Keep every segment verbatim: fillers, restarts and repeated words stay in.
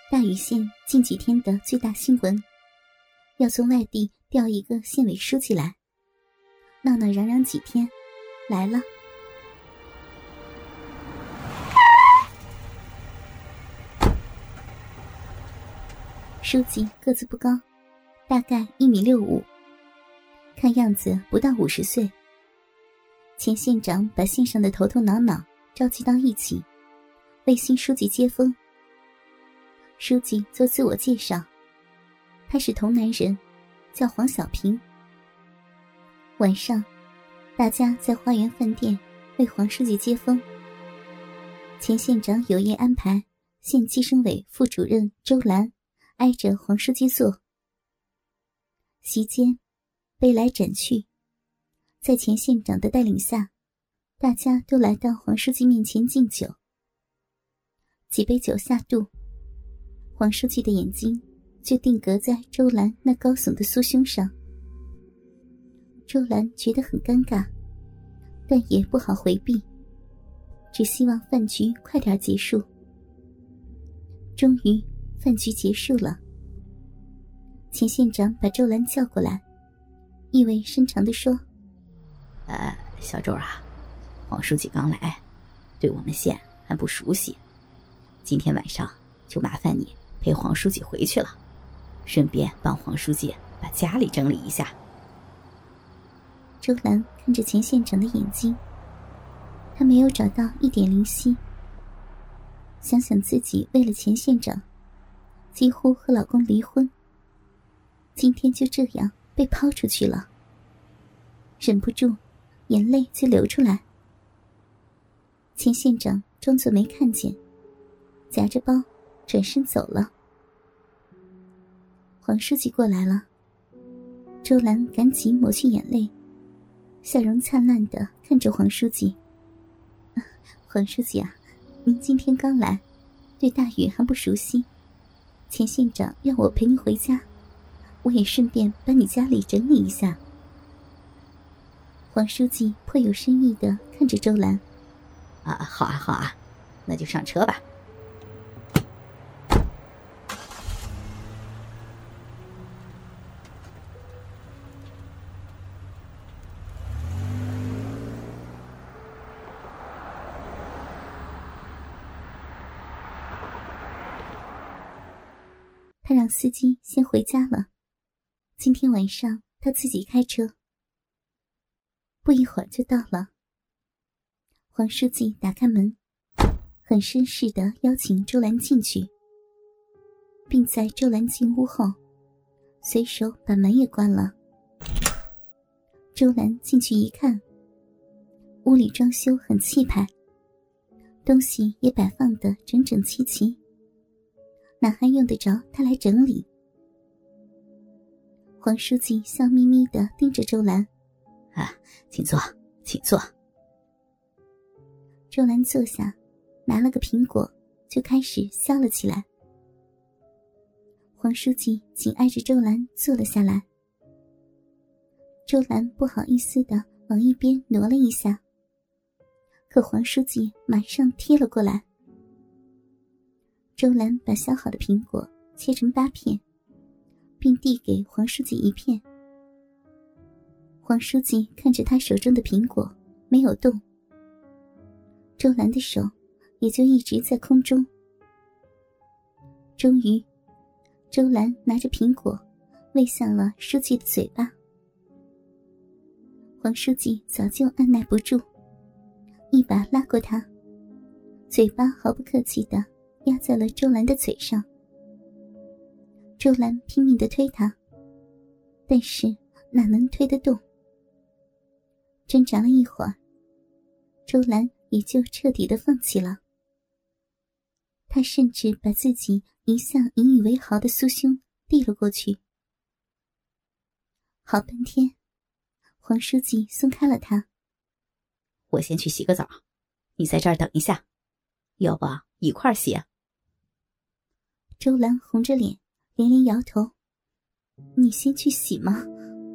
大禹县近几天的最大新闻，要从外地调一个县委书记来，闹闹嚷嚷几天，来了。书记个子不高，大概一米六五，看样子不到五十岁。钱县长把县上的头头脑脑召集到一起，为新书记接风。书记做自我介绍，他是潼南人，叫黄小平。晚上，大家在花园饭店为黄书记接风。钱县长有意安排县计生委副主任周兰挨着黄书记坐。席间杯来盏去，在钱县长的带领下，大家都来到黄书记面前敬酒。几杯酒下肚，黄书记的眼睛就定格在周兰那高耸的酥胸上。周兰觉得很尴尬，但也不好回避，只希望饭局快点结束。终于饭局结束了，钱县长把周兰叫过来，意味深长地说： 呃，小周啊，黄书记刚来，对我们县还不熟悉，今天晚上就麻烦你陪黄书记回去了，顺便帮黄书记把家里整理一下。 周兰看着钱县长的眼睛，她没有找到一点灵犀。想想自己为了钱县长几乎和老公离婚，今天就这样被抛出去了，忍不住眼泪就流出来。钱县长装作没看见，夹着包转身走了。黄书记过来了，周兰赶紧抹去眼泪，笑容灿烂地看着黄书记。黄书记啊，您今天刚来，对大禹还不熟悉，钱县长让我陪您回家，我也顺便把你家里整理一下。黄书记颇有深意地看着周兰。 啊，好啊好啊，那就上车吧。 他让司机先回家了，今天晚上他自己开车。不一会儿就到了。黄书记打开门，很绅士地邀请周兰进去，并在周兰进屋后随手把门也关了。周兰进去一看，屋里装修很气派，东西也摆放得整整齐齐，哪还用得着他来整理？黄书记笑眯眯地盯着周兰。 啊，请坐，请坐。 周兰坐下，拿了个苹果，就开始削了起来。黄书记紧挨着周兰坐了下来。周兰不好意思地往一边挪了一下，可黄书记马上贴了过来。周兰把削好的苹果切成八片，并递给黄书记一片。黄书记看着他手中的苹果没有动，周兰的手也就一直在空中。终于，周兰拿着苹果喂向了书记的嘴巴。黄书记早就按耐不住，一把拉过他，嘴巴毫不客气地压在了周兰的嘴上。周兰拼命地推他，但是哪能推得动？挣扎了一会儿，周兰也就彻底地放弃了。他甚至把自己一向引以为豪的酥胸递了过去。好半天，黄书记松开了他。 我先去洗个澡，你在这儿等一下，要不一块儿洗啊？ 周兰红着脸连连摇头。你先去洗吗？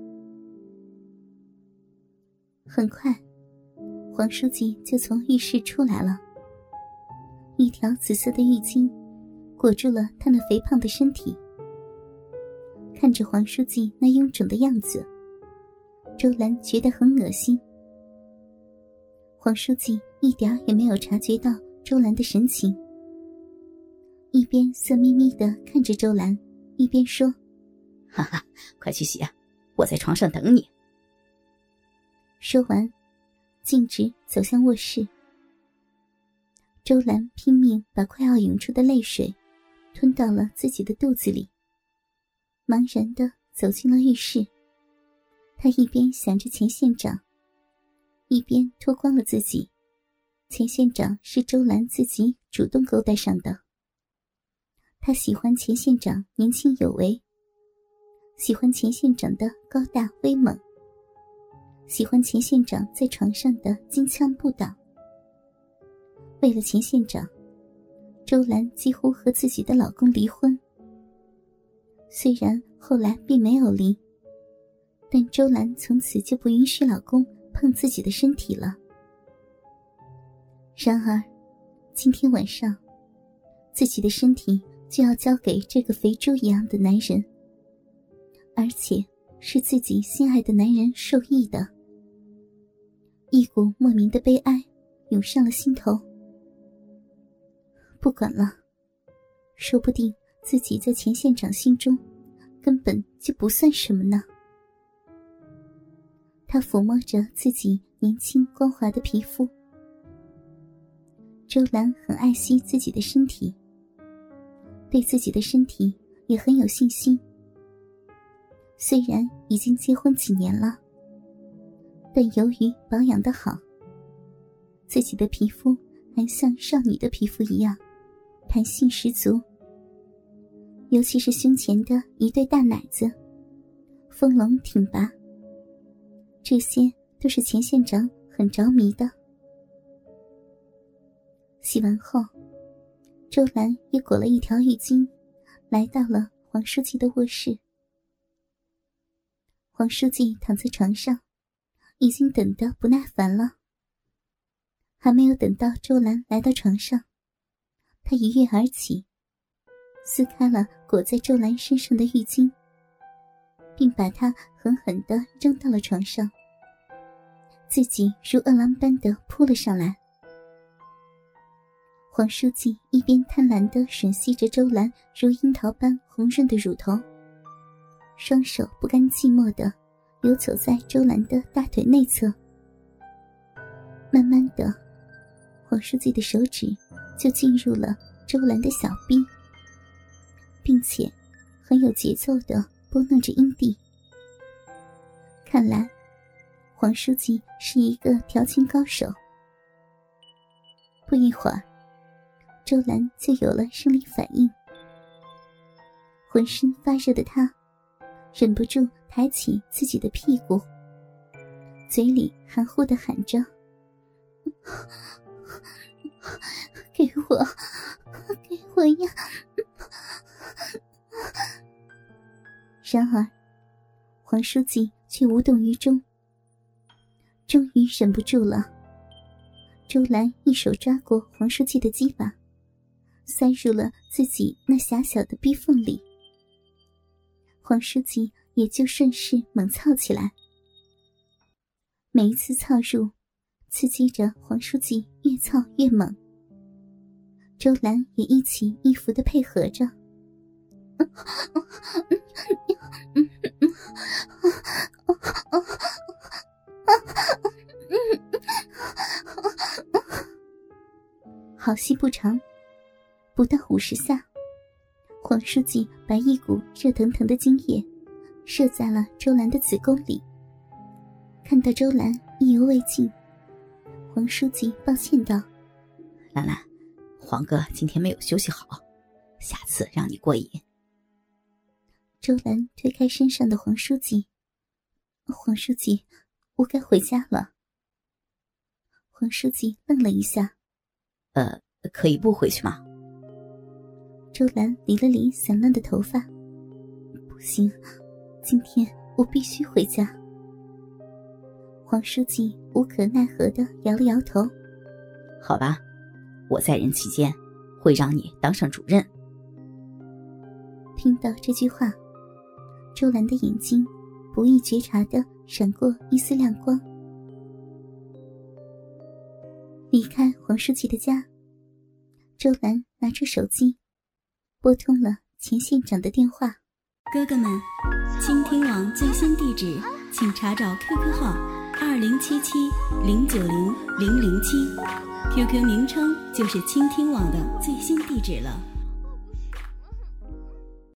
很快，黄书记就从浴室出来了。一条紫色的浴巾裹住了他那肥胖的身体。看着黄书记那臃肿的样子，周兰觉得很恶心。黄书记一点也没有察觉到周兰的神情，一边色眯眯地看着周兰，一边说： 哈哈，快去洗啊，我在床上等你。 说完径直走向卧室。周兰拼命把快要涌出的泪水吞到了自己的肚子里，茫然地走进了浴室。她一边想着钱县长，一边脱光了自己。钱县长是周兰自己主动勾搭上的。她喜欢钱县长年轻有为，喜欢钱县长的高大威猛，喜欢钱县长在床上的金枪不倒。为了钱县长，周兰几乎和自己的老公离婚。虽然后来并没有离，但周兰从此就不允许老公碰自己的身体了。然而今天晚上，自己的身体就要交给这个肥猪一样的男人，而且是自己心爱的男人受益的。一股莫名的悲哀涌上了心头。不管了，说不定自己在钱县长心中根本就不算什么呢。他抚摸着自己年轻光滑的皮肤。周兰很爱惜自己的身体，对自己的身体也很有信心。虽然已经结婚几年了，但由于保养得好，自己的皮肤还像少女的皮肤一样弹性十足。尤其是胸前的一对大奶子，丰隆挺拔，这些都是钱县长很着迷的。洗完后，周兰也裹了一条浴巾，来到了黄书记的卧室。黄书记躺在床上，已经等得不耐烦了。还没有等到周兰来到床上，他一跃而起，撕开了裹在周兰身上的浴巾，并把她狠狠地扔到了床上，自己如饿狼般地扑了上来。黄书记一边贪婪地吮吸着周兰如樱桃般红润的乳头，双手不甘寂寞地游走在周兰的大腿内侧。慢慢的，黄书记的手指就进入了周兰的小臂，并且很有节奏地拨弄着阴蒂。看来黄书记是一个调情高手。不一会儿，周兰就有了生理反应。浑身发热的她忍不住抬起自己的屁股，嘴里含糊地喊着：给我给我呀！然而黄书记却无动于衷。终于忍不住了，周兰一手抓过黄书记的鸡巴，塞入了自己那狭小的逼缝里。黄书记也就顺势猛操起来。每一次操入，刺激着黄书记越操越猛。周兰也一起一伏地配合着。好戏不长，不到五十下，黄书记把一股热腾腾的精液射在了周兰的子宫里。看到周兰意犹未尽，黄书记抱歉道： 兰兰，黄哥今天没有休息好，下次让你过瘾。 周兰推开身上的黄书记：黄书记，我该回家了。黄书记愣了一下： 呃，可以不回去吗？ 周兰理了理散乱的头发：不行，今天我必须回家。黄书记无可奈何地摇了摇头： 好吧，我在任期间会让你当上主任， 听到这句话，周兰的眼睛不易觉察地闪过一丝亮光。离开黄书记的家，周兰拿出手机拨通了钱县长的电话。 哥哥们，倾听网最新地址请查找 Q Q 号二零七七零九零零零七 ，Q Q 名称就是倾听网的最新地址了。